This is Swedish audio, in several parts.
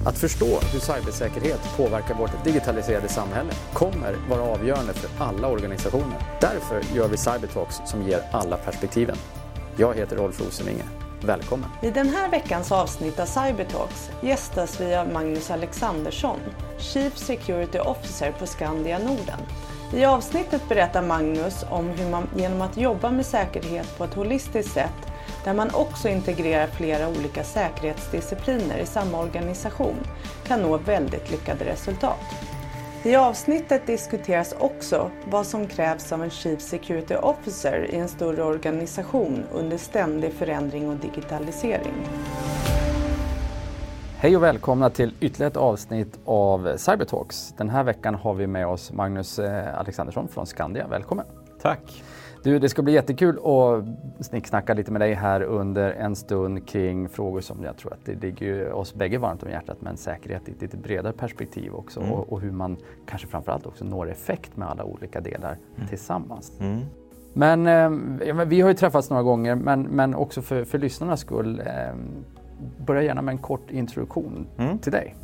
Att förstå hur cybersäkerhet påverkar vårt digitaliserade samhälle kommer vara avgörande för alla organisationer. Därför gör vi Cybertalks som ger alla perspektiven. Jag heter Rolf Rosenvinge. Välkommen! I den här veckans avsnitt av Cybertalks gästas vi av Magnus Alexandersson, Chief Security Officer på Skandia Norden. I avsnittet berättar Magnus om hur man genom att jobba med säkerhet på ett holistiskt sätt, där man också integrerar flera olika säkerhetsdiscipliner i samma organisation, kan nå väldigt lyckade resultat. I avsnittet diskuteras också vad som krävs av en Chief Security Officer i en större organisation under ständig förändring och digitalisering. Hej och välkomna till ytterligare ett avsnitt av Cybertalks. Den här veckan har vi med oss Magnus Alexandersson från Skandia. Välkommen! Tack! Du, det ska bli jättekul att snicksnacka lite med dig här under en stund kring frågor som jag tror att det ligger oss bägge varmt om hjärtat, men säkerhet i ett lite bredare perspektiv också och hur man kanske framförallt också når effekt med alla olika delar tillsammans. Men vi har ju träffats några gånger, men också för lyssnarnas skull, börja gärna med en kort introduktion till dig.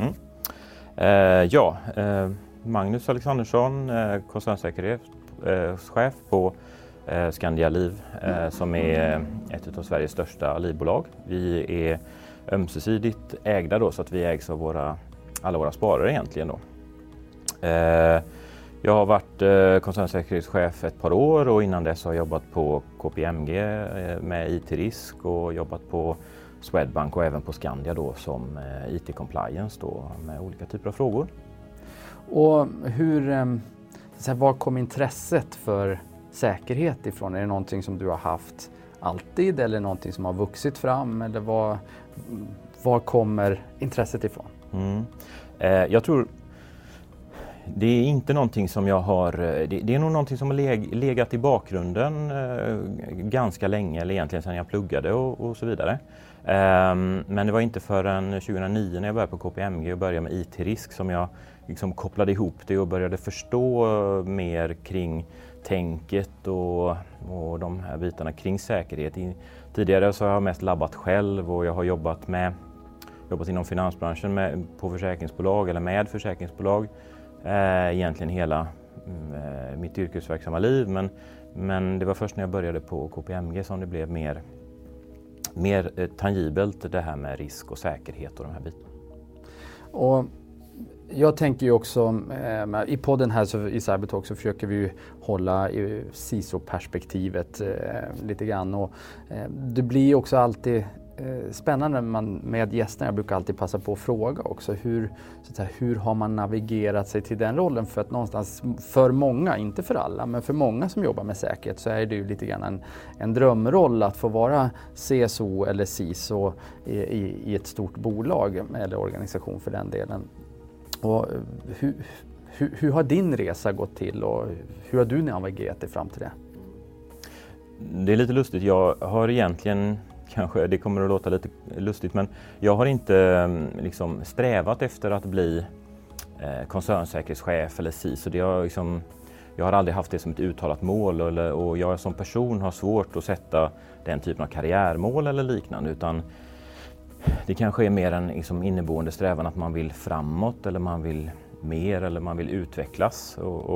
Magnus Alexandersson, koncernsäkerhetschef på Skandia Liv, som är ett av Sveriges största livbolag. Vi är ömsesidigt ägda då, så att vi ägs av alla våra sparare egentligen då. Jag har varit koncernsäkerhetschef ett par år och innan dess har jag jobbat på KPMG med IT-risk och jobbat på Swedbank och även på Skandia då som IT-compliance då med olika typer av frågor. Och var kom intresset för säkerhet ifrån? Är det någonting som du har haft alltid eller någonting som har vuxit fram? Eller var kommer intresset ifrån? Jag tror det är inte någonting som jag har, det är nog någonting som har legat i bakgrunden ganska länge, eller egentligen sedan jag pluggade och så vidare. Men det var inte förrän 2009 när jag började på KPMG och började med IT-risk som jag liksom kopplade ihop det och började förstå mer kring tänket och de här bitarna kring säkerhet. Tidigare så har jag mest labbat själv och jag har jobbat inom finansbranschen på försäkringsbolag eller med försäkringsbolag egentligen hela mitt yrkesverksamma liv. Men det var först när jag började på KPMG som det blev mer tangibelt det här med risk och säkerhet och de här bitarna. Och jag tänker ju också, i podden här i Cybertalk så försöker vi ju hålla i CISO-perspektivet lite grann. Och det blir också alltid spännande med gästerna. Jag brukar alltid passa på att fråga också hur har man navigerat sig till den rollen? För att någonstans för många, inte för alla, men för många som jobbar med säkerhet så är det ju lite grann en drömroll att få vara CSO eller CISO i ett stort bolag eller organisation för den delen. Och hur har din resa gått till och hur har du navigerat dig fram till det? Det är lite lustigt. Jag har egentligen, kanske det kommer att låta lite lustigt, men jag har inte liksom strävat efter att bli koncernsäkerhetschef eller CISO. Jag har aldrig haft det som ett uttalat mål och jag som person har svårt att sätta den typen av karriärmål eller liknande, utan det kanske är mer en liksom inneboende strävan att man vill framåt eller man vill mer eller man vill utvecklas.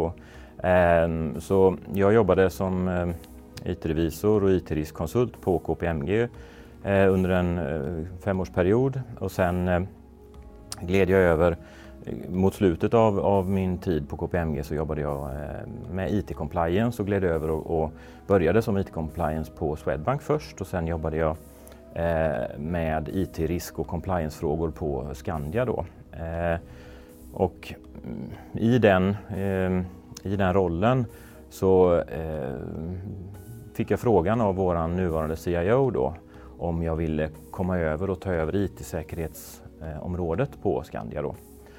Så jag jobbade som IT-revisor och IT-riskkonsult på KPMG under en 5-årsperiod och sen gled jag över mot slutet av min tid på KPMG så jobbade jag med IT-compliance och gled över och började som IT-compliance på Swedbank först och sen jobbade jag med IT-risk och compliance-frågor på Skandia då. Och i den rollen så fick jag frågan av våran nuvarande CIO då om jag ville komma över och ta över IT-säkerhetsområdet på Skandia då.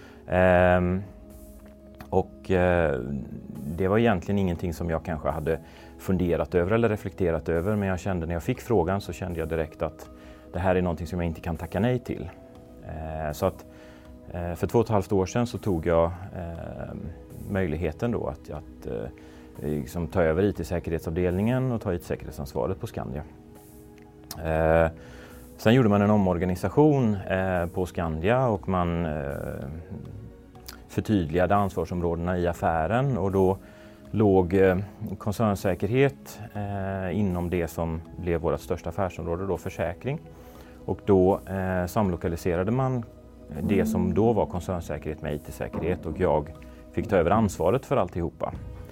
Det var egentligen ingenting som jag kanske hade funderat över eller reflekterat över, men jag kände när jag fick frågan så kände jag direkt att det här är någonting som jag inte kan tacka nej till. Så att för 2,5 år sedan så tog jag möjligheten då att liksom ta över IT-säkerhetsavdelningen och ta IT-säkerhetsansvaret på Skandia. Sen gjorde man en omorganisation på Skandia och man förtydligade ansvarsområdena i affären, och då låg koncernsäkerhet inom det som blev vårt största affärsområde, då försäkring. Och då samlokaliserade man det som då var koncernsäkerhet med IT-säkerhet, och jag fick ta över ansvaret för alltihopa.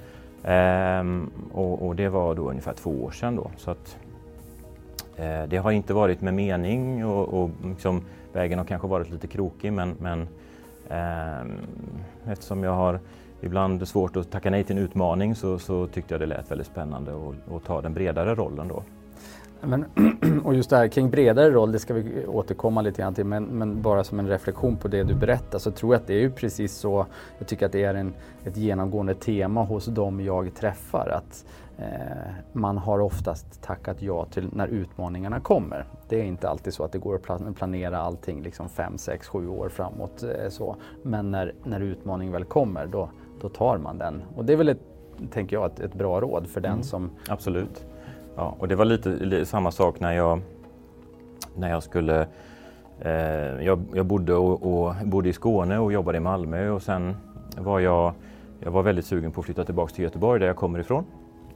Och det var då ungefär 2 år sedan då. Så att, det har inte varit med mening, och liksom, vägen har kanske varit lite krokig, men eftersom jag har ibland svårt att tacka nej till en utmaning så tyckte jag det lät väldigt spännande att ta den bredare rollen då. Men, och just det här kring bredare roll, det ska vi återkomma lite grann till, men bara som en reflektion på det du berättar, så tror jag att det är ju precis så. Jag tycker att det är ett genomgående tema hos dem jag träffar, att man har oftast tackat ja till när utmaningarna kommer. Det är inte alltid så att det går att planera allting liksom 5, 6, 7 år framåt, så. Men när utmaningen väl kommer, då tar man den. Och det är väl tänker jag, ett bra råd för den som... Absolut. Ja, och det var lite samma sak när jag skulle... Jag bodde i Skåne och jobbade i Malmö, och sen var jag var väldigt sugen på att flytta tillbaka till Göteborg där jag kommer ifrån.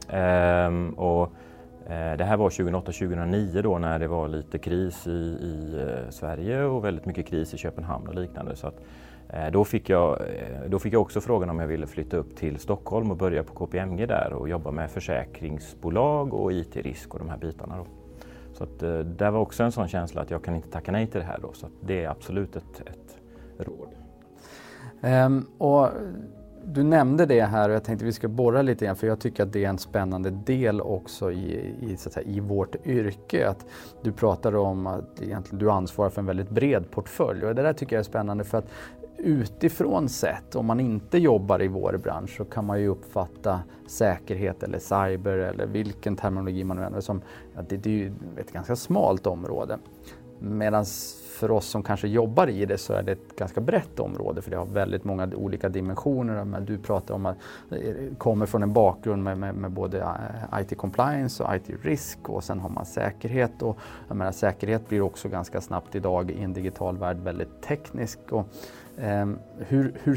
Det här var 2008-2009 då, när det var lite kris i Sverige och väldigt mycket kris i Köpenhamn och liknande. Så att, då fick jag också frågan om jag ville flytta upp till Stockholm och börja på KPMG där och jobba med försäkringsbolag och IT-risk och de här bitarna då. Så att, det var också en sån känsla att jag kan inte tacka nej till det här då, så att det är absolut ett råd. Och du nämnde det här, och jag tänkte vi ska borra lite grann, för jag tycker att det är en spännande del också i vårt yrke. Att du pratar om att egentligen du ansvarar för en väldigt bred portfölj, och det där tycker jag är spännande, för att utifrån sett, om man inte jobbar i vår bransch, så kan man ju uppfatta säkerhet eller cyber eller vilken terminologi man använder som det är ju ett ganska smalt område. Medan för oss som kanske jobbar i det så är det ett ganska brett område, för det har väldigt många olika dimensioner. Men du pratar om att kommer från en bakgrund med både IT-compliance och IT-risk, och sen har man säkerhet. Och jag menar, säkerhet blir också ganska snabbt idag i en digital värld väldigt teknisk. Och, hur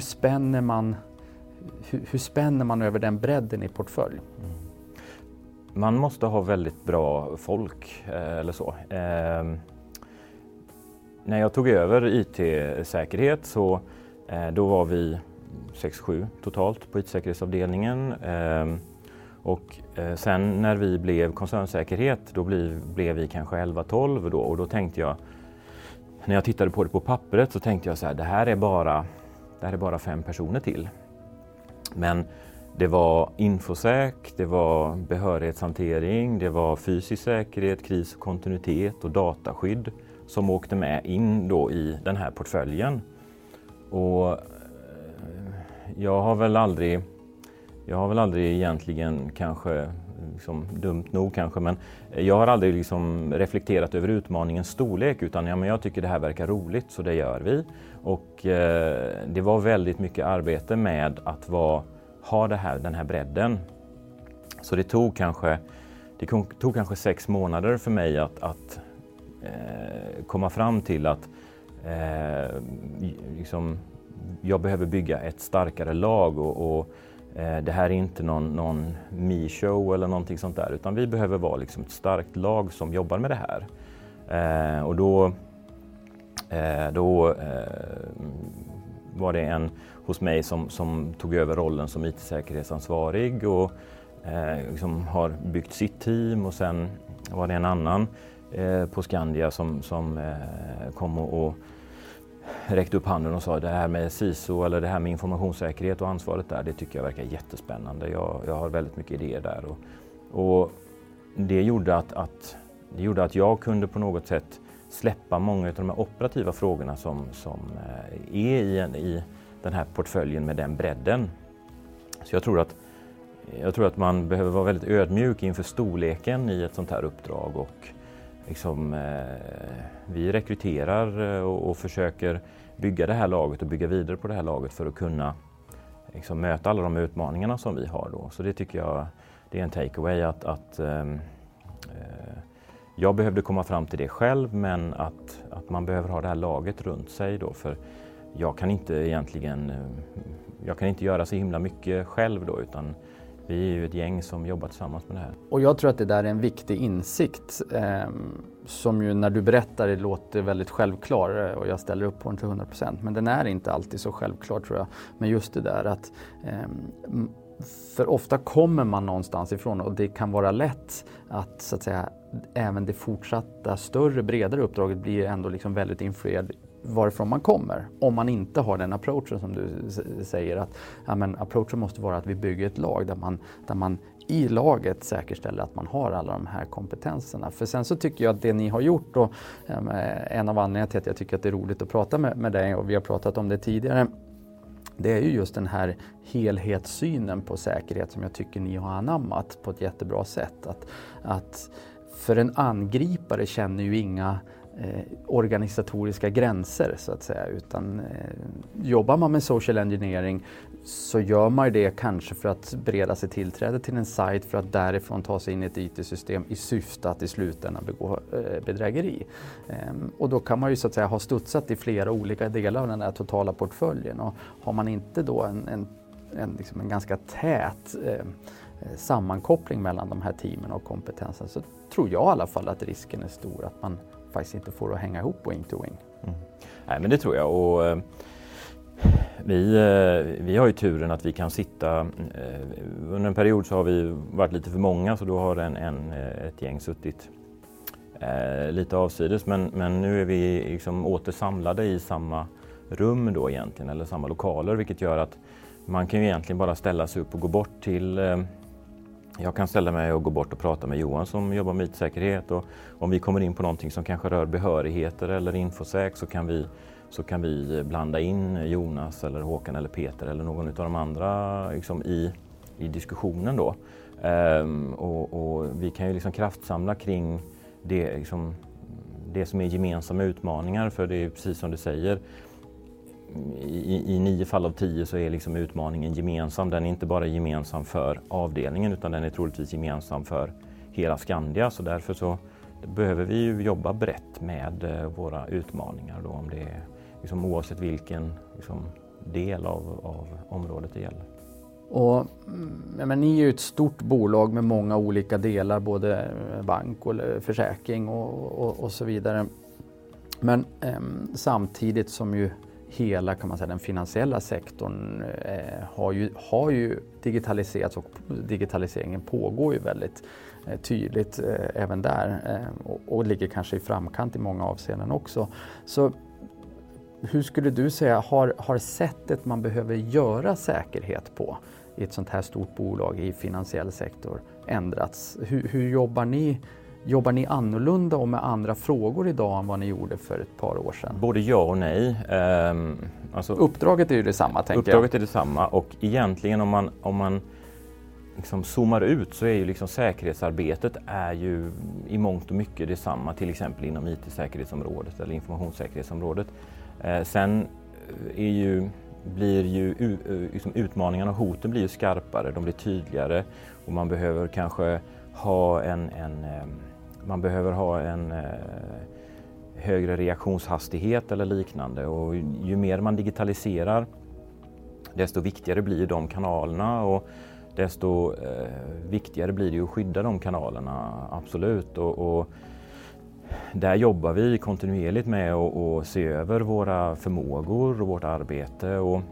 spänner man över den bredden i portfölj? Man måste ha väldigt bra folk eller så. När jag tog över IT-säkerhet så då var vi 6-7 totalt på IT-säkerhetsavdelningen. Och sen när vi blev koncernsäkerhet då blev vi kanske 11-12 då, och då tänkte jag, när jag tittade på det på pappret så tänkte jag så här, det här är bara 5 personer till. Men det var infosäk, det var behörighetshantering, det var fysisk säkerhet, kris och kontinuitet och dataskydd som åkte med in då i den här portföljen. Och jag har väl aldrig egentligen kanske, liksom, dumt nog kanske, men jag har aldrig liksom reflekterat över utmaningens storlek, utan men jag tycker det här verkar roligt, så det gör vi. Och det var väldigt mycket arbete med att ha den här bredden. Så det tog kanske 6 månader för mig att komma fram till att liksom, jag behöver bygga ett starkare lag, och det här är inte någon me-show eller någonting sånt där, utan vi behöver vara liksom ett starkt lag som jobbar med det här. Och då var det en hos mig som tog över rollen som IT-säkerhetsansvarig och liksom har byggt sitt team, och sen var det en annan på Skandia som kom och räckte upp handen och sa, det här med CISO eller det här med informationssäkerhet och ansvaret där, det tycker jag verkar jättespännande. Jag har väldigt mycket idéer där, och det gjorde att jag kunde på något sätt släppa många av de här operativa frågorna som är i den här portföljen med den bredden. Så jag tror att man behöver vara väldigt ödmjuk inför storleken i ett sånt här uppdrag, och liksom, vi rekryterar och försöker bygga det här laget och bygga vidare på det här laget för att kunna liksom möta alla de utmaningarna som vi har då. Så det tycker jag, det är en takeaway att jag behövde komma fram till det själv, men att man behöver ha det här laget runt sig då, för jag kan inte göra så himla mycket själv då, utan vi är ju ett gäng som jobbar tillsammans med det här. Och jag tror att det där är en viktig insikt som ju när du berättar det låter väldigt självklar och jag ställer upp på den till 100%. Men den är inte alltid så självklar, tror jag. Men just det där att för ofta kommer man någonstans ifrån och det kan vara lätt att, så att säga, även det fortsatta större, bredare uppdraget blir ändå liksom väldigt influerad varifrån man kommer. Om man inte har den approachen som du säger, att approachen måste vara att vi bygger ett lag där man i laget säkerställer att man har alla de här kompetenserna. För sen så tycker jag att det ni har gjort, och en av anledningarna till att jag tycker att det är roligt att prata med dig, och vi har pratat om det tidigare, det är ju just den här helhetssynen på säkerhet som jag tycker ni har anammat på ett jättebra sätt. Att för en angripare känner ju inga organisatoriska gränser, så att säga, utan jobbar man med social engineering så gör man det kanske för att bereda sig tillträde till en sajt för att därifrån ta sig in i ett IT-system i syfte att i slutändan begå bedrägeri. Och då kan man ju, så att säga, ha studsat i flera olika delar av den här totala portföljen, och har man inte då en ganska tät sammankoppling mellan de här teamen och kompetensen, så tror jag i alla fall att risken är stor att man faktiskt inte får att hänga ihop wing to wing. Nej, men det tror jag, och vi har ju turen att vi kan sitta, under en period så har vi varit lite för många, så då har ett gäng suttit lite avsides, men nu är vi liksom återsamlade i samma rum då egentligen, eller samma lokaler, vilket gör att man kan ju egentligen bara ställa sig upp och gå bort till, jag kan ställa mig och gå bort och prata med Johan som jobbar med IT-säkerhet, och om vi kommer in på någonting som kanske rör behörigheter eller infosec, så kan vi blanda in Jonas eller Håkan eller Peter eller någon av de andra liksom i diskussionen då. Och vi kan ju liksom kraftsamla kring det, liksom, det som är gemensamma utmaningar, för det är precis som du säger, i 9 fall av 10 så är liksom utmaningen gemensam. Den är inte bara gemensam för avdelningen, utan den är troligtvis gemensam för hela Skandia. Så därför så behöver vi ju jobba brett med våra utmaningar då, om det är liksom, oavsett vilken liksom, del av området det gäller. Och, men ni är ju ett stort bolag med många olika delar, både bank och försäkring och så vidare. Men samtidigt som ju hela, kan man säga, den finansiella sektorn har ju digitaliserats, och digitaliseringen pågår ju väldigt tydligt även där och ligger kanske i framkant i många avseenden också. Så hur skulle du säga, har sättet man behöver göra säkerhet på i ett sånt här stort bolag i finansiell sektor ändrats? Hur jobbar ni? Jobbar ni annorlunda och med andra frågor idag än vad ni gjorde för ett par år sedan? Både ja och nej. Alltså, uppdraget är ju detsamma, tänker jag. Uppdraget är detsamma, och egentligen om man liksom zoomar ut så är ju liksom säkerhetsarbetet är ju i mångt och mycket detsamma, till exempel inom IT-säkerhetsområdet eller informationssäkerhetsområdet. Sen blir ju liksom utmaningarna och hoten blir ju skarpare, de blir tydligare, och man behöver kanske ha en högre reaktionshastighet eller liknande, och ju mer man digitaliserar desto viktigare blir de kanalerna, och desto viktigare blir det att skydda de kanalerna, absolut. Och där jobbar vi kontinuerligt med att se över våra förmågor och vårt arbete, och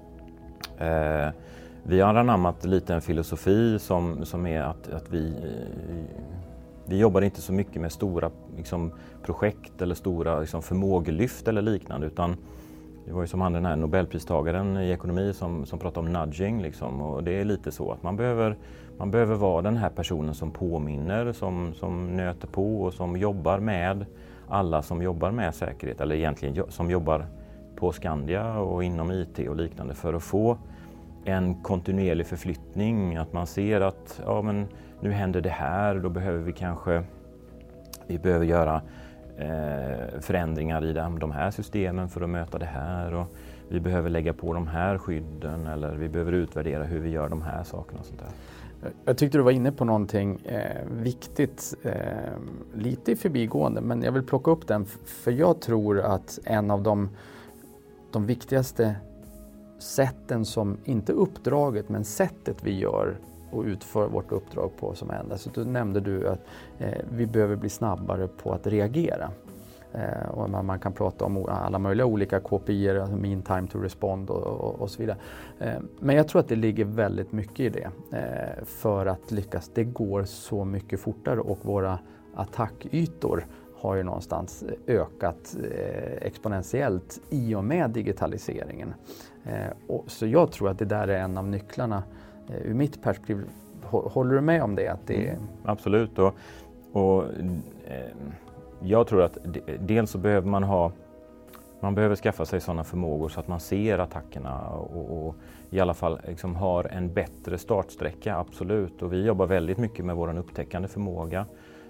vi har anammat lite en filosofi som är att vi jobbar inte så mycket med stora liksom, projekt eller stora liksom, förmågelyft eller liknande, utan det var ju som han, den här Nobelpristagaren i ekonomi som pratade om nudging liksom, och det är lite så att man behöver vara den här personen som påminner, som nöter på och som jobbar med alla som jobbar med säkerhet, eller egentligen som jobbar på Skandia och inom IT och liknande, för att få en kontinuerlig förflyttning, att man ser att ja, men nu händer det här, då behöver vi behöver göra förändringar i de här systemen för att möta det här, och vi behöver lägga på de här skydden, eller vi behöver utvärdera hur vi gör de här sakerna och sånt där. Jag tyckte du var inne på någonting viktigt, lite i förbigående, men jag vill plocka upp den för jag tror att en av de viktigaste sätten som, inte uppdraget, men sättet vi gör och utför vårt uppdrag på som enda. Så då nämnde du att vi behöver bli snabbare på att reagera. Och man kan prata om alla möjliga olika KPI:er, alltså mean time to respond och så vidare. Men jag tror att det ligger väldigt mycket i det för att lyckas. Det går så mycket fortare och våra attackytor har ju någonstans ökat exponentiellt i och med digitaliseringen. Så jag tror att det där är en av nycklarna ur mitt perspektiv. Håller du med om det? Att det... Absolut. Och jag tror att dels så behöver man behöver skaffa sig sådana förmågor så att man ser attackerna och i alla fall liksom har en bättre startsträcka, absolut. Och vi jobbar väldigt mycket med vår upptäckande förmåga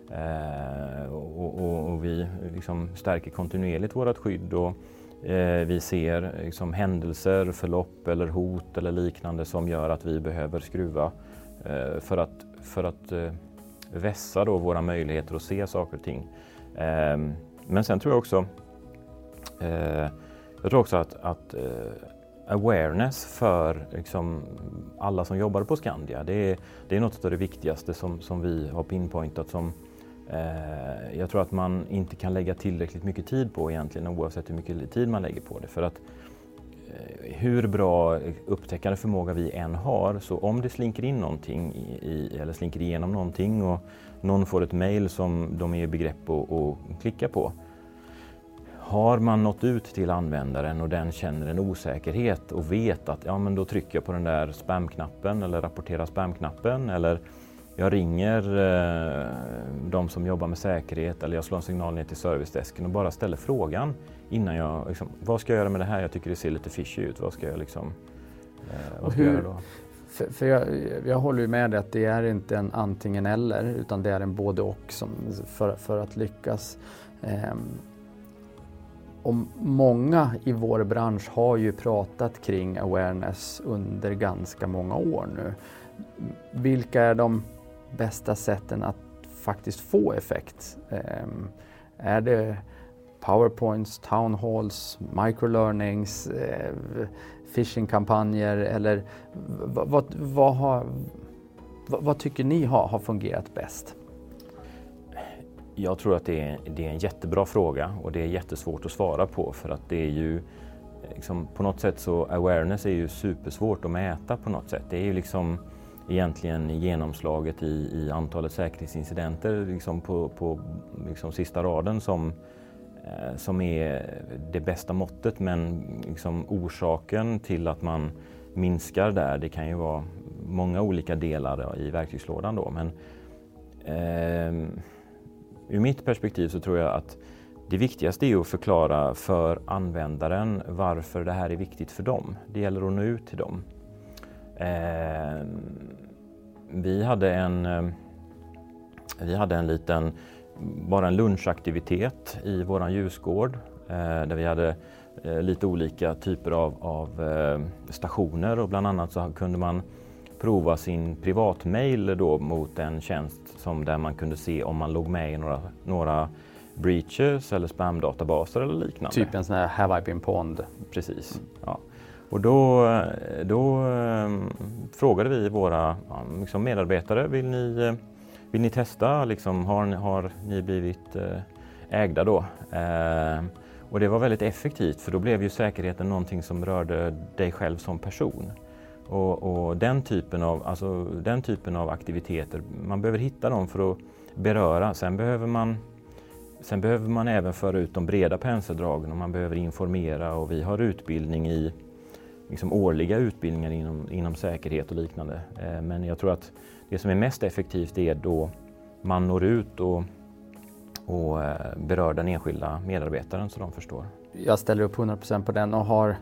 och vi liksom stärker kontinuerligt vårt skydd och vi ser liksom händelser, förlopp eller hot eller liknande som gör att vi behöver skruva för att vässa då våra möjligheter att se saker och ting. Men sen tror jag också att awareness för liksom alla som jobbar på Skandia, det är något av det viktigaste som vi har pinpointat som jag tror att man inte kan lägga tillräckligt mycket tid på egentligen, oavsett hur mycket tid man lägger på det. För att hur bra upptäckande förmåga vi än har, så om det slinker in någonting eller slinker igenom någonting och någon får ett mejl som de är i begrepp att klicka på. Har man nått ut till användaren och den känner en osäkerhet och vet att ja, men då trycker jag på den där spamknappen eller rapportera spamknappen eller jag ringer de som jobbar med säkerhet eller jag slår en signal ner till servicedesken och bara ställer frågan innan jag, liksom, vad ska jag göra med det här? Jag tycker det ser lite fishy ut. Vad ska jag liksom, vad ska jag göra då? För jag håller ju med dig att det är inte en antingen eller utan det är en både och för att lyckas. Och många i vår bransch har ju pratat kring awareness under ganska många år nu. Vilka är de bästa sätten att faktiskt få effekt? Är det PowerPoints, town halls, microlearnings, phishing-kampanjer eller vad tycker ni har fungerat bäst? Jag tror att det är en jättebra fråga och det är jättesvårt att svara på för att det är ju liksom, på något sätt så awareness är ju supersvårt att mäta på något sätt. Det är ju liksom egentligen genomslaget i antalet säkerhetsincidenter liksom på liksom sista raden som är det bästa måttet, men liksom orsaken till att man minskar där, det kan ju vara många olika delar i verktygslådan då, men ur mitt perspektiv så tror jag att det viktigaste är att förklara för användaren varför det här är viktigt för dem. Det gäller att nå ut till dem. Vi hade en liten, bara en lunchaktivitet i våran ljusgård där vi hade lite olika typer av stationer och bland annat så kunde man prova sin privatmail då mot en tjänst där man kunde se om man låg med i några breaches eller spamdatabaser eller liknande. Typ en sån här have I been pwned? Precis, ja. Och då frågade vi våra liksom medarbetare, vill ni testa? Liksom, har ni blivit ägda då? Och det var väldigt effektivt för då blev ju säkerheten någonting som rörde dig själv som person. Och den typen av aktiviteter, man behöver hitta dem för att beröra. Sen behöver man även föra ut de breda penseldragen och man behöver informera och vi har utbildning i liksom årliga utbildningar inom säkerhet och liknande. Men jag tror att det som är mest effektivt är då man når ut och berör den enskilda medarbetaren så de förstår. Jag ställer upp 100% på den och har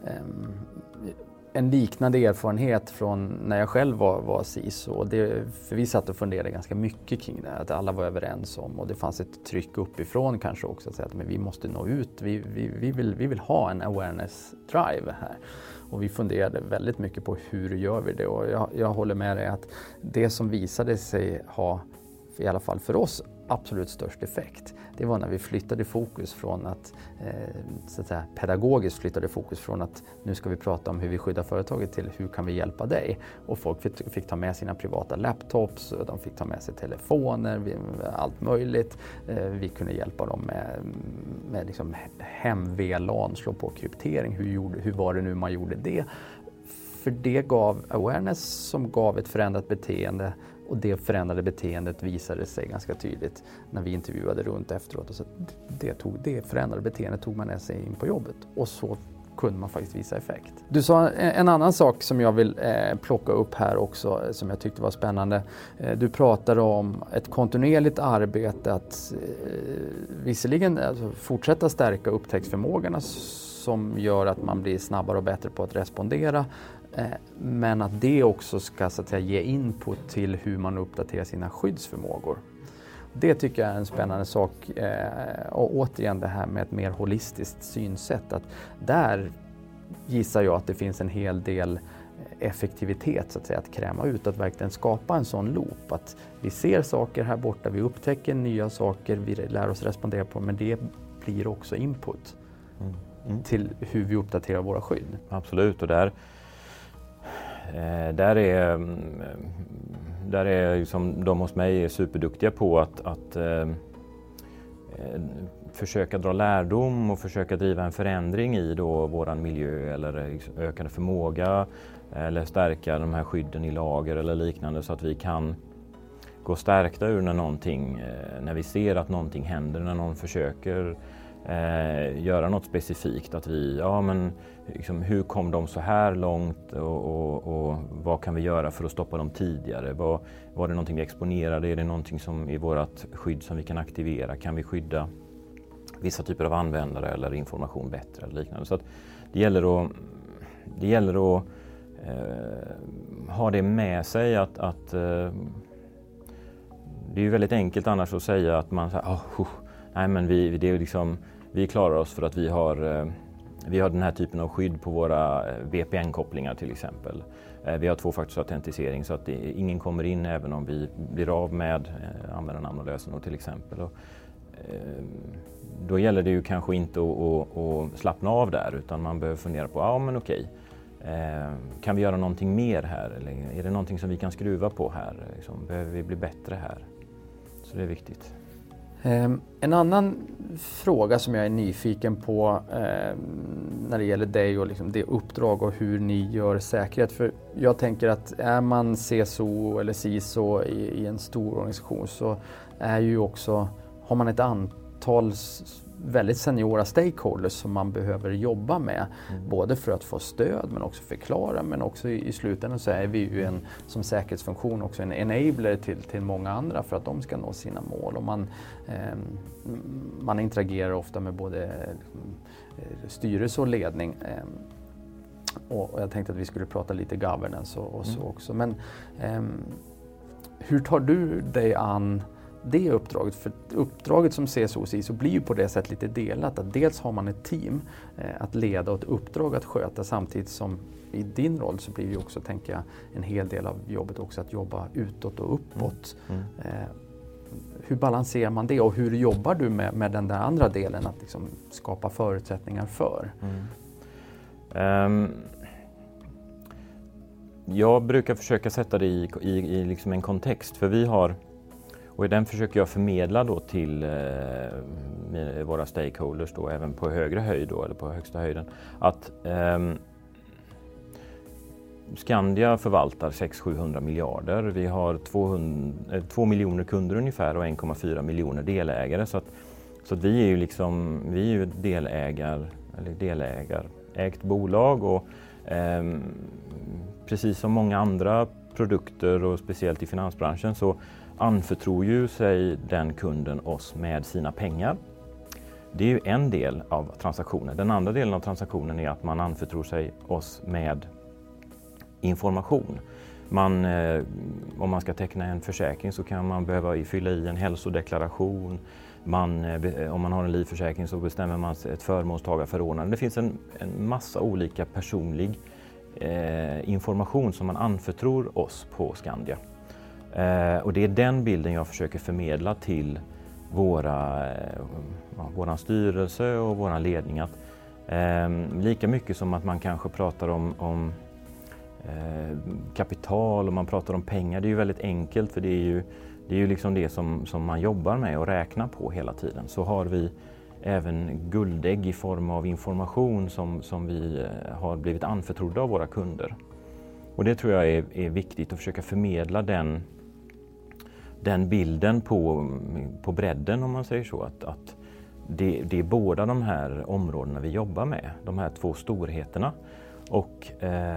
en liknande erfarenhet från när jag själv var CISO. För vi satt och funderade ganska mycket kring det, att alla var överens om och det fanns ett tryck uppifrån kanske också att säga att men vi måste nå ut, vi vill ha en awareness drive här. Och vi funderade väldigt mycket på hur gör vi det, och jag håller med dig att det som visade sig ha, i alla fall för oss, absolut störst effekt, det var när vi flyttade fokus från att, så att säga, pedagogiskt flyttade fokus från att nu ska vi prata om hur vi skyddar företaget till hur kan vi hjälpa dig. Och folk fick ta med sina privata laptops, de fick ta med sig telefoner, allt möjligt. Vi kunde hjälpa dem med liksom hem-VLAN, slå på kryptering, hur var det nu man gjorde det. För det gav awareness som gav ett förändrat beteende. Och det förändrade beteendet visade sig ganska tydligt när vi intervjuade runt efteråt. Och så det förändrade beteendet tog man med sig in på jobbet. Och så kunde man faktiskt visa effekt. Du sa en annan sak som jag vill plocka upp här också, som jag tyckte var spännande. Du pratade om ett kontinuerligt arbete att visserligen fortsätta stärka upptäcktsförmågorna som gör att man blir snabbare och bättre på att respondera. Men att det också ska, så att säga, ge input till hur man uppdaterar sina skyddsförmågor. Det tycker jag är en spännande sak. Och återigen det här med ett mer holistiskt synsätt. Att där gissar jag att det finns en hel del effektivitet, så att säga, att kräma ut. Att verkligen skapa en sån loop. Att vi ser saker här borta, vi upptäcker nya saker, vi lär oss respondera på, men det blir också input till hur vi uppdaterar våra skydd. Absolut, och där är liksom de hos mig är superduktiga på att försöka dra lärdom och försöka driva en förändring i då våran miljö, eller ökad förmåga eller stärka de här skydden i lager eller liknande, så att vi kan gå stärkta ur när vi ser att någonting händer, när någon försöker göra något specifikt, att vi, liksom, hur kom de så här långt och vad kan vi göra för att stoppa dem tidigare? Var det någonting vi exponerade? Är det någonting som i vårt skydd som vi kan aktivera? Kan vi skydda vissa typer av användare eller information bättre eller liknande? Så att det gäller att ha det med sig att det är ju väldigt enkelt annars att säga att man nej, men vi klarar oss för att vi har den här typen av skydd på våra VPN-kopplingar till exempel. Vi har tvåfaktorsautentisering så att ingen kommer in även om vi blir av med användarnamn och lösenord till exempel. Då gäller det ju kanske inte att slappna av där, utan man behöver fundera på, kan vi göra någonting mer här? Eller är det någonting som vi kan skruva på här? Behöver vi bli bättre här? Så det är viktigt. En annan fråga som jag är nyfiken på när det gäller dig och liksom det uppdrag och hur ni gör säkerhet. För jag tänker att är man CSO eller CISO i en stor organisation, så är ju också, har man ett antal väldigt seniora stakeholders som man behöver jobba med. Både för att få stöd men också förklara, men också i slutändan så är vi ju som säkerhetsfunktion också en enabler till många andra för att de ska nå sina mål. Och man interagerar ofta med både styrelse och ledning. Och jag tänkte att vi skulle prata lite governance och så också. Men hur tar du dig an det uppdraget? För uppdraget som CSO och CISO blir ju på det sättet lite delat. Att dels har man ett team att leda och ett uppdrag att sköta, samtidigt som i din roll så blir ju också, tänker jag, en hel del av jobbet också att jobba utåt och uppåt. Hur balanserar man det och hur jobbar du med den där andra delen att liksom skapa förutsättningar för? Jag brukar försöka sätta det i liksom en kontext, för vi har, och i den försöker jag förmedla då till våra stakeholders då, även på högre höjd då, eller på högsta höjden, att Skandia förvaltar 600-700 miljarder. Vi har 2 miljoner kunder ungefär och 1,4 miljoner delägare. Så att vi är ju liksom, delägarägt bolag, och precis som många andra produkter och speciellt i finansbranschen så anförtror ju sig den kunden oss med sina pengar. Det är ju en del av transaktionen. Den andra delen av transaktionen är att man anförtror sig oss med information. Om man ska teckna en försäkring så kan man behöva fylla i en hälsodeklaration. Om man har en livförsäkring så bestämmer man ett förmånstagarförordnande. Det finns en massa olika personlig information som man anförtror oss på Skandia. Och det är den bilden jag försöker förmedla till våran styrelse och våran ledning. Att, lika mycket som att man kanske pratar om kapital och man pratar om pengar, det är ju väldigt enkelt för det är ju liksom det som man jobbar med och räknar på hela tiden. Så har vi även guldägg i form av information som vi har blivit anförtrodda av våra kunder. Och det tror jag är viktigt att försöka förmedla den bilden på bredden, om man säger så. Att det är båda de här områdena vi jobbar med, de här två storheterna. Och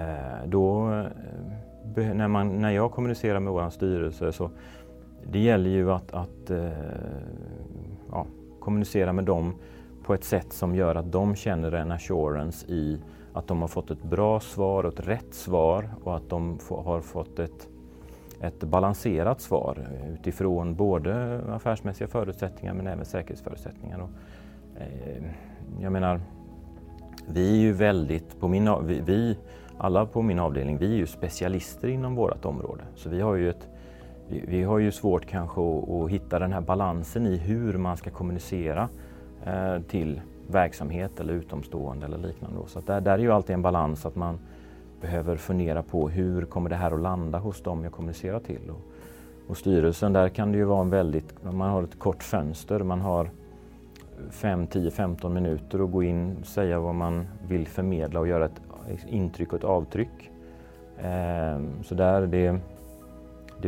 när jag kommunicerar med vår styrelse så det gäller ju att kommunicera med dem på ett sätt som gör att de känner en assurance i att de har fått ett bra svar och ett rätt svar och att de har fått ett balanserat svar utifrån både affärsmässiga förutsättningar men även säkerhetsförutsättningar. Och, jag menar, vi är ju väldigt, alla på min avdelning, vi är ju specialister inom vårt område. Så vi har ju svårt kanske att hitta den här balansen i hur man ska kommunicera till verksamhet eller utomstående eller liknande. Så att där är ju alltid en balans att man behöver fundera på hur kommer det här att landa hos dem jag kommunicerar till. Och styrelsen, där kan det ju vara man har ett kort fönster, man har 5, 10, 15 minuter att gå in, säga vad man vill förmedla och göra ett intryck och ett avtryck. Så där det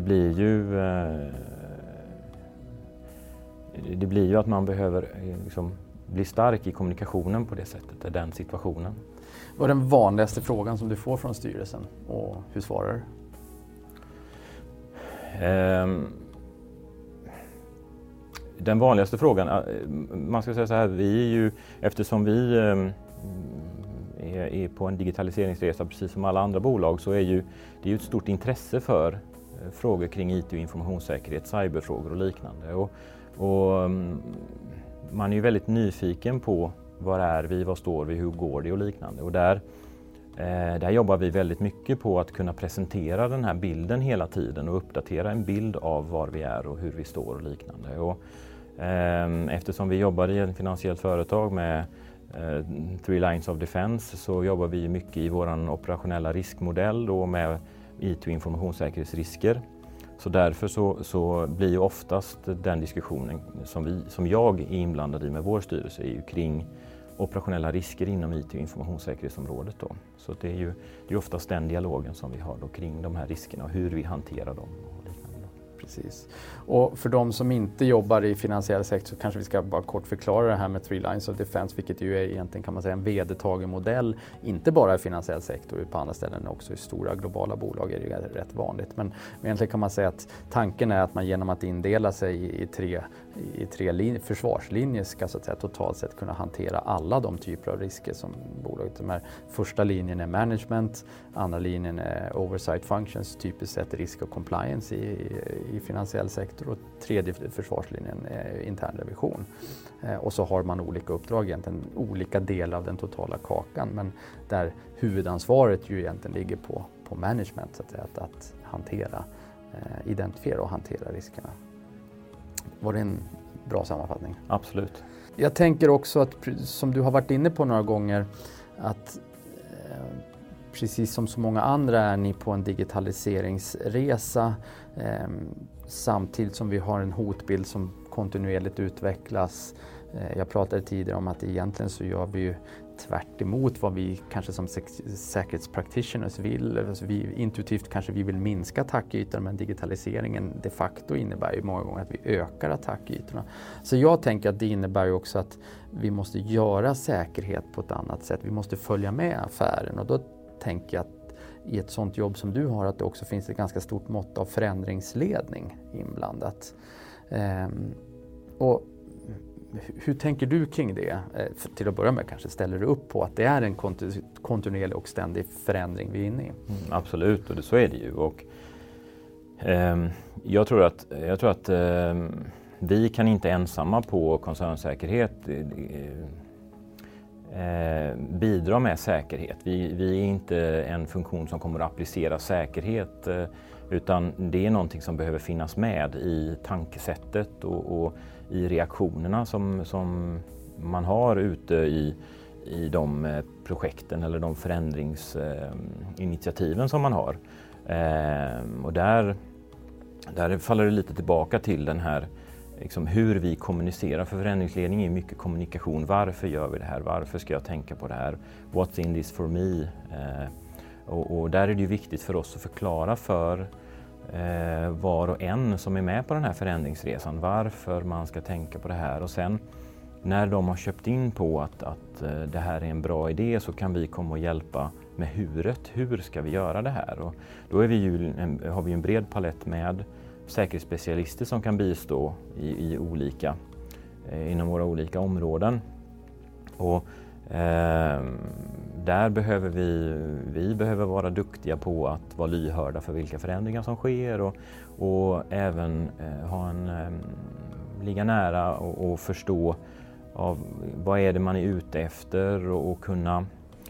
blir ju att man behöver liksom bli stark i kommunikationen på det sättet, den situationen. Vad är den vanligaste frågan som du får från styrelsen och hur svarar du? Den vanligaste frågan, man ska säga så här, eftersom vi är på en digitaliseringsresa precis som alla andra bolag, så är det är ett stort intresse för frågor kring IT och informationssäkerhet, cyberfrågor och liknande. Och man är ju väldigt nyfiken på var är vi, vad står vi, hur går det och liknande. Och där jobbar vi väldigt mycket på att kunna presentera den här bilden hela tiden och uppdatera en bild av var vi är och hur vi står och liknande. Och, eftersom vi jobbar i ett finansiellt företag med 3 lines of defense, så jobbar vi mycket i vår operationella riskmodell då med IT- och informationssäkerhetsrisker. Så därför så blir ju oftast den diskussionen som jag är inblandad i med vår styrelse är ju kring operationella risker inom IT- och informationssäkerhetsområdet då. Så det är ju oftast den dialogen som vi har då kring de här riskerna och hur vi hanterar dem och liknande. Precis. Och för de som inte jobbar i finansiell sektor så kanske vi ska bara kort förklara det här med 3 lines of defense, vilket ju är egentligen, kan man säga, en vedertagen modell, inte bara i finansiell sektor utan på andra ställen också i stora globala bolag är det rätt vanligt. Men egentligen kan man säga att tanken är att man genom att indela sig i tre försvarslinjer ska så att säga totalt sett kunna hantera alla de typer av risker som bolaget. De här första linjen är management, andra linjen är oversight functions, typiskt sett risk och compliance i finansiell sektor, och tredje försvarslinjen är intern revision. Och så har man olika uppdrag, egentligen olika delar av den totala kakan, men där huvudansvaret ju egentligen ligger på management, så att hantera, identifiera och hantera riskerna. Var det en bra sammanfattning? Absolut. Jag tänker också att, som du har varit inne på några gånger, att precis som så många andra är ni på en digitaliseringsresa samtidigt som vi har en hotbild som kontinuerligt utvecklas. Jag pratade tidigare om att egentligen så gör vi ju tvärt emot vad vi kanske som säkerhetspractitioners vill. Alltså intuitivt kanske vi vill minska attackytorna, men digitaliseringen de facto innebär ju många gånger att vi ökar attackytorna. Så jag tänker att det innebär ju också att vi måste göra säkerhet på ett annat sätt. Vi måste följa med affären, och då tänker jag att i ett sådant jobb som du har att det också finns ett ganska stort mått av förändringsledning inblandat. Och hur tänker du kring det? Till att börja med kanske ställer du upp på att det är en kontinuerlig och ständig förändring vi är inne i? Absolut, och så är det ju. Och, jag tror att vi kan inte ensamma på koncernsäkerhet bidra med säkerhet. Vi är inte en funktion som kommer att applicera säkerhet, utan det är någonting som behöver finnas med i tankesättet och i reaktionerna som man har ute i de projekten eller de förändringsinitiativen som man har. Och där faller det lite tillbaka till den här liksom hur vi kommunicerar. För förändringsledning är mycket kommunikation. Varför gör vi det här? Varför ska jag tänka på det här? What's in this for me? Och där är det ju viktigt för oss att förklara för var och en som är med på den här förändringsresan varför man ska tänka på det här. Och sen när de har köpt in på att det här är en bra idé, så kan vi komma och hjälpa med huret. Hur ska vi göra det här? Och då har vi en bred palett med säkerhetsspecialister som kan bistå inom våra olika områden. Och där behöver vi behöver vara duktiga på att vara lyhörda för vilka förändringar som sker och även ligga nära och förstå av vad är det man är ute efter och kunna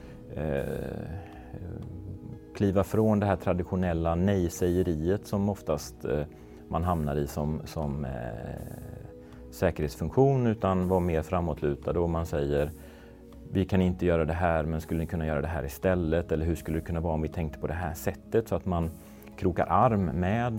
kliva från det här traditionella nej-sägeriet som oftast man hamnar i som säkerhetsfunktion, utan vara mer framåtlutad och man säger vi kan inte göra det här, men skulle ni kunna göra det här istället, eller hur skulle det kunna vara om vi tänkte på det här sättet, så att man krokar arm med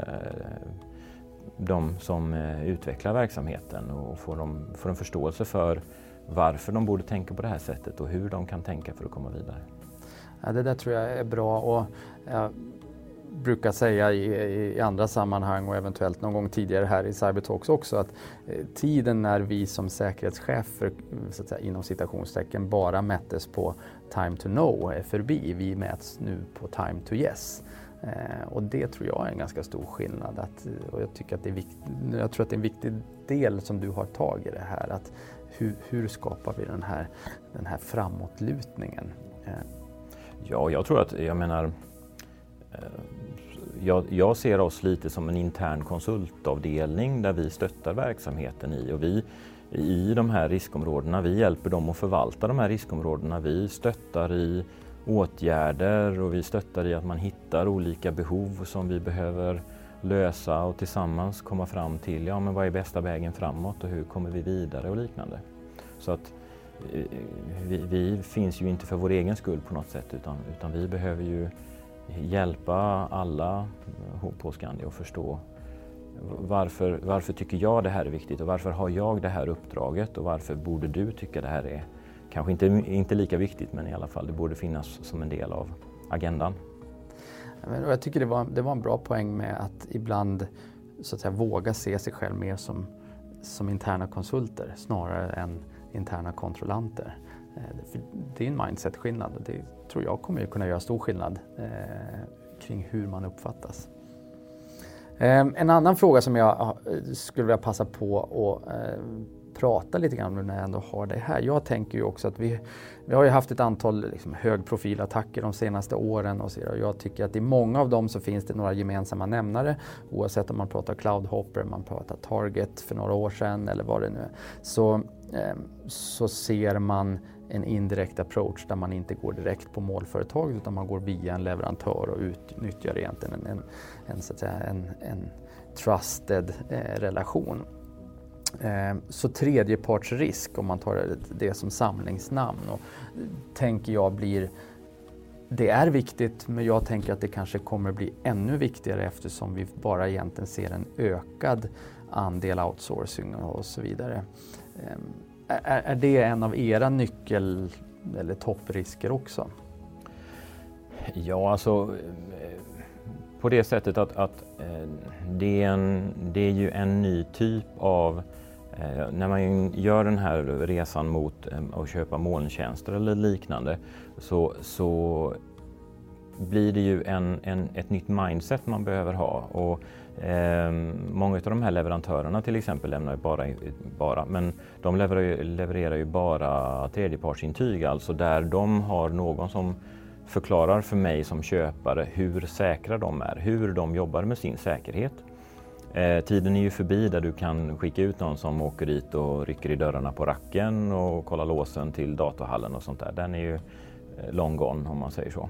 de som utvecklar verksamheten och får en förståelse för varför de borde tänka på det här sättet och hur de kan tänka för att komma vidare. Ja, det där tror jag är bra, och jag brukar säga i andra sammanhang och eventuellt någon gång tidigare här i Cybertalks också, att tiden när vi som säkerhetschefer så att säga, inom citationstecken bara mättes på time to know är förbi. Vi mäts nu på time to yes. Och det tror jag är en ganska stor skillnad. Och jag tycker att det är jag tror att det är en viktig del som du har tagit i det här. Att hur skapar vi den här framåtlutningen? Ja, jag tror att, jag ser oss lite som en intern konsultavdelning där vi stöttar verksamheten i de här riskområdena. Vi hjälper dem att förvalta de här riskområdena. Vi stöttar i åtgärder och vi stöttar i att man hittar olika behov som vi behöver lösa och tillsammans komma fram till men vad är bästa vägen framåt och hur kommer vi vidare och liknande. Så att vi finns ju inte för vår egen skull på något sätt, utan vi behöver ju hjälpa alla på Skandia och förstå varför tycker jag det här är viktigt och varför har jag det här uppdraget och varför borde du tycka det här är kanske inte lika viktigt, men i alla fall det borde finnas som en del av agendan. Jag tycker det var en bra poäng med att ibland så att säga våga se sig själv mer som interna konsulter snarare än interna kontrollanter. Det är en mindset-skillnad och det tror jag kommer kunna göra stor skillnad kring hur man uppfattas. En annan fråga som jag skulle vilja passa på att prata lite grann om när jag ändå har det här. Jag tänker ju också att vi har ju haft ett antal högprofilattacker de senaste åren och jag tycker att i många av dem så finns det några gemensamma nämnare, oavsett om man pratar Cloudhopper, man pratar Target för några år sedan eller vad det nu är. Så ser man en indirekt approach där man inte går direkt på målföretaget utan man går via en leverantör och utnyttjar egentligen en trusted relation. Så tredjepartsrisk, om man tar det som samlingsnamn, och tänker jag det är viktigt, men jag tänker att det kanske kommer bli ännu viktigare eftersom vi bara egentligen ser en ökad andel outsourcing och så vidare. Är det en av era nyckel- eller topprisker också? Ja, alltså på det sättet att det är ju en ny typ av när man gör den här resan mot att köpa molntjänster eller liknande så blir det ju ett nytt mindset man behöver ha. Och många av de här leverantörerna till exempel lämnar men de levererar ju bara tredjepartsintyg, alltså där de har någon som förklarar för mig som köpare hur säkra de är, hur de jobbar med sin säkerhet. Tiden är ju förbi där du kan skicka ut någon som åker dit och rycker i dörrarna på racken och kollar låsen till datorhallen och sånt där. Den är ju long gone om man säger så.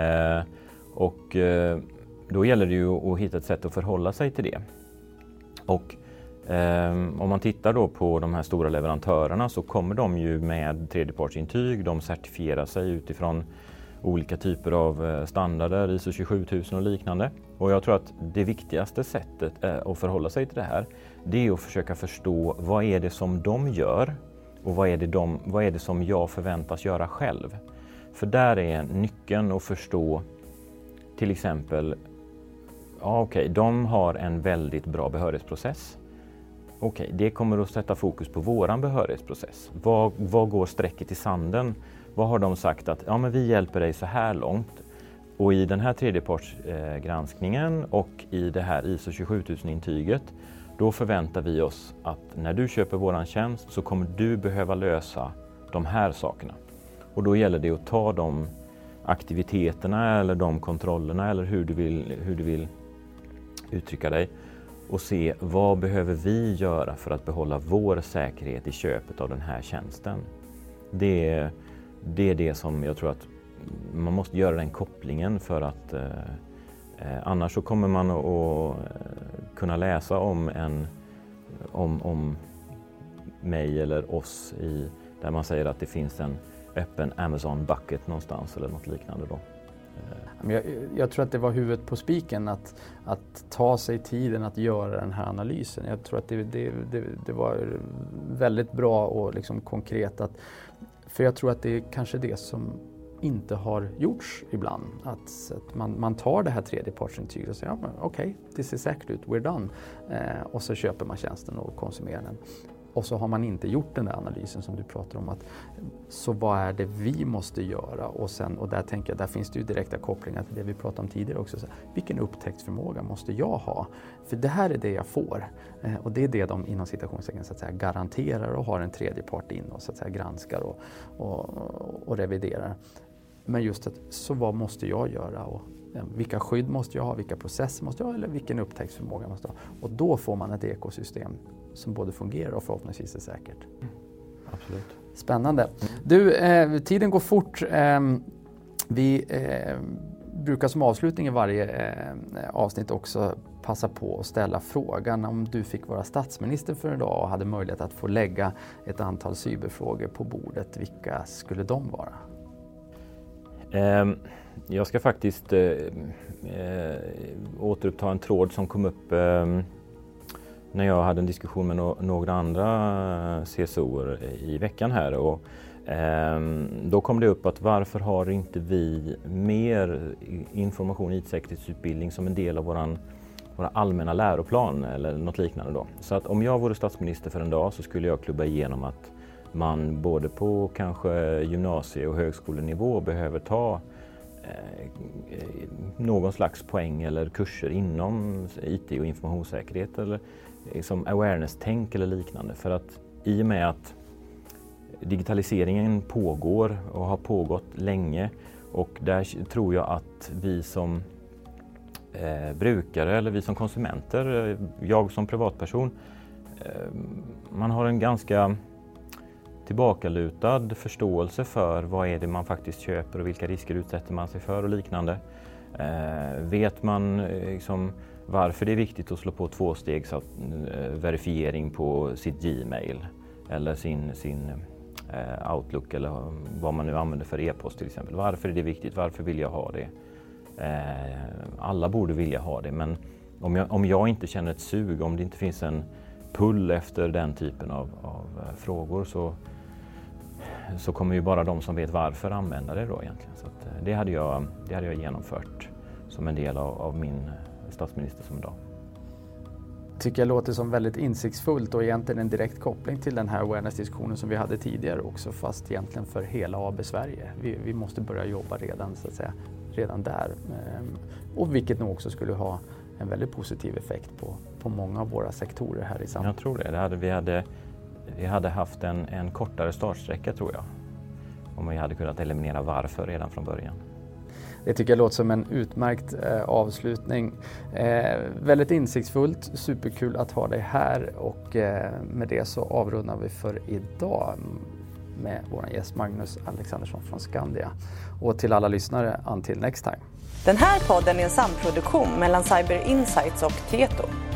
Då gäller det ju att hitta ett sätt att förhålla sig till det. Och om man tittar då på de här stora leverantörerna så kommer de ju med tredjepartsintyg. De certifierar sig utifrån olika typer av standarder, ISO 27000 och liknande. Och jag tror att det viktigaste sättet att förhålla sig till det här, det är att försöka förstå vad är det som de gör och vad är det som jag förväntas göra själv. För där är nyckeln att förstå till exempel, de har en väldigt bra behörighetsprocess. Det kommer att sätta fokus på våran behörighetsprocess. Vad går strecket i sanden? Vad har de sagt att men vi hjälper dig så här långt? Och i den här tredjepartsgranskningen och i det här ISO 27000-intyget, då förväntar vi oss att när du köper våran tjänst så kommer du behöva lösa de här sakerna. Och då gäller det att ta de aktiviteterna eller de kontrollerna eller hur du vill uttrycka dig och se vad behöver vi göra för att behålla vår säkerhet i köpet av den här tjänsten. Det är det som jag tror att man måste göra, den kopplingen, för att annars så kommer man att kunna läsa om mig eller oss där man säger att det finns en öppen Amazon bucket någonstans eller något liknande då. Jag tror att det var huvudet på spiken att ta sig tiden att göra den här analysen. Jag tror att det var väldigt bra och liksom konkret. För jag tror att det är kanske det som inte har gjorts ibland. Att man tar det här tredjepartsintyget och säger det ser säkert ut, we're done. Och så köper man tjänsten och konsumerar den. Och så har man inte gjort den där analysen som du pratar om. Så vad är det vi måste göra? Och där tänker jag, där finns det ju direkta kopplingar till det vi pratade om tidigare också. Så vilken upptäcktsförmåga måste jag ha? För det här är det jag får. Och det är det de inom citationstecken så att säga garanterar och har en tredje part in och så att säga granskar och reviderar. Men just så vad måste jag göra? Och vilka skydd måste jag ha? Vilka processer måste jag ha? Eller vilken upptäcktsförmåga måste jag ha? Och då får man ett ekosystem som både fungerar och förhoppningsvis är säkert. Absolut. Spännande. Du, tiden går fort. Vi brukar som avslutning i varje avsnitt också passa på att ställa frågan om du fick vara statsminister för en dag och hade möjlighet att få lägga ett antal cyberfrågor på bordet. Vilka skulle de vara? Jag ska faktiskt återuppta en tråd som kom upp när jag hade en diskussion med några andra CSO:er i veckan här. Och, då kom det upp att varför har inte vi mer information i IT-säkerhetsutbildning som en del av våra allmänna läroplan eller något liknande då. Så att om jag vore statsminister för en dag så skulle jag klubba igenom att man både på kanske gymnasie- och högskolenivå behöver ta någon slags poäng eller kurser inom IT och informationssäkerhet eller som awareness-tänk eller liknande. För att i och med att digitaliseringen pågår och har pågått länge och där tror jag att vi som brukare eller vi som konsumenter, jag som privatperson, man har en ganska tillbakalutad förståelse för vad är det man faktiskt köper och vilka risker utsätter man sig för och liknande. Vet man liksom varför det är viktigt att slå på tvåstegs verifiering på sitt Gmail eller sin Outlook eller vad man nu använder för e-post till exempel. Varför är det viktigt? Varför vill jag ha det? Alla borde vilja ha det, men om jag inte känner ett sug, om det inte finns en pull efter den typen av frågor så kommer ju bara de som vet varför använda det då egentligen. Så att det hade jag genomfört som en del av min statsminister som dag. Tycker jag låter som väldigt insiktsfullt och egentligen en direkt koppling till den här awareness-diskussionen som vi hade tidigare också, fast egentligen för hela AB Sverige. Vi måste börja jobba redan där. Och vilket nog också skulle ha en väldigt positiv effekt på många av våra sektorer här i samhället. Jag tror det. Vi hade haft en kortare startsträcka tror jag. Om vi hade kunnat eliminera varför redan från början. Det tycker jag låter som en utmärkt avslutning. Väldigt insiktsfullt, superkul att ha dig här och med det så avrundar vi för idag med vår gäst Magnus Alexandersson från Skandia. Och till alla lyssnare, until next time. Den här podden är en samproduktion mellan Cyber Insights och Tieto.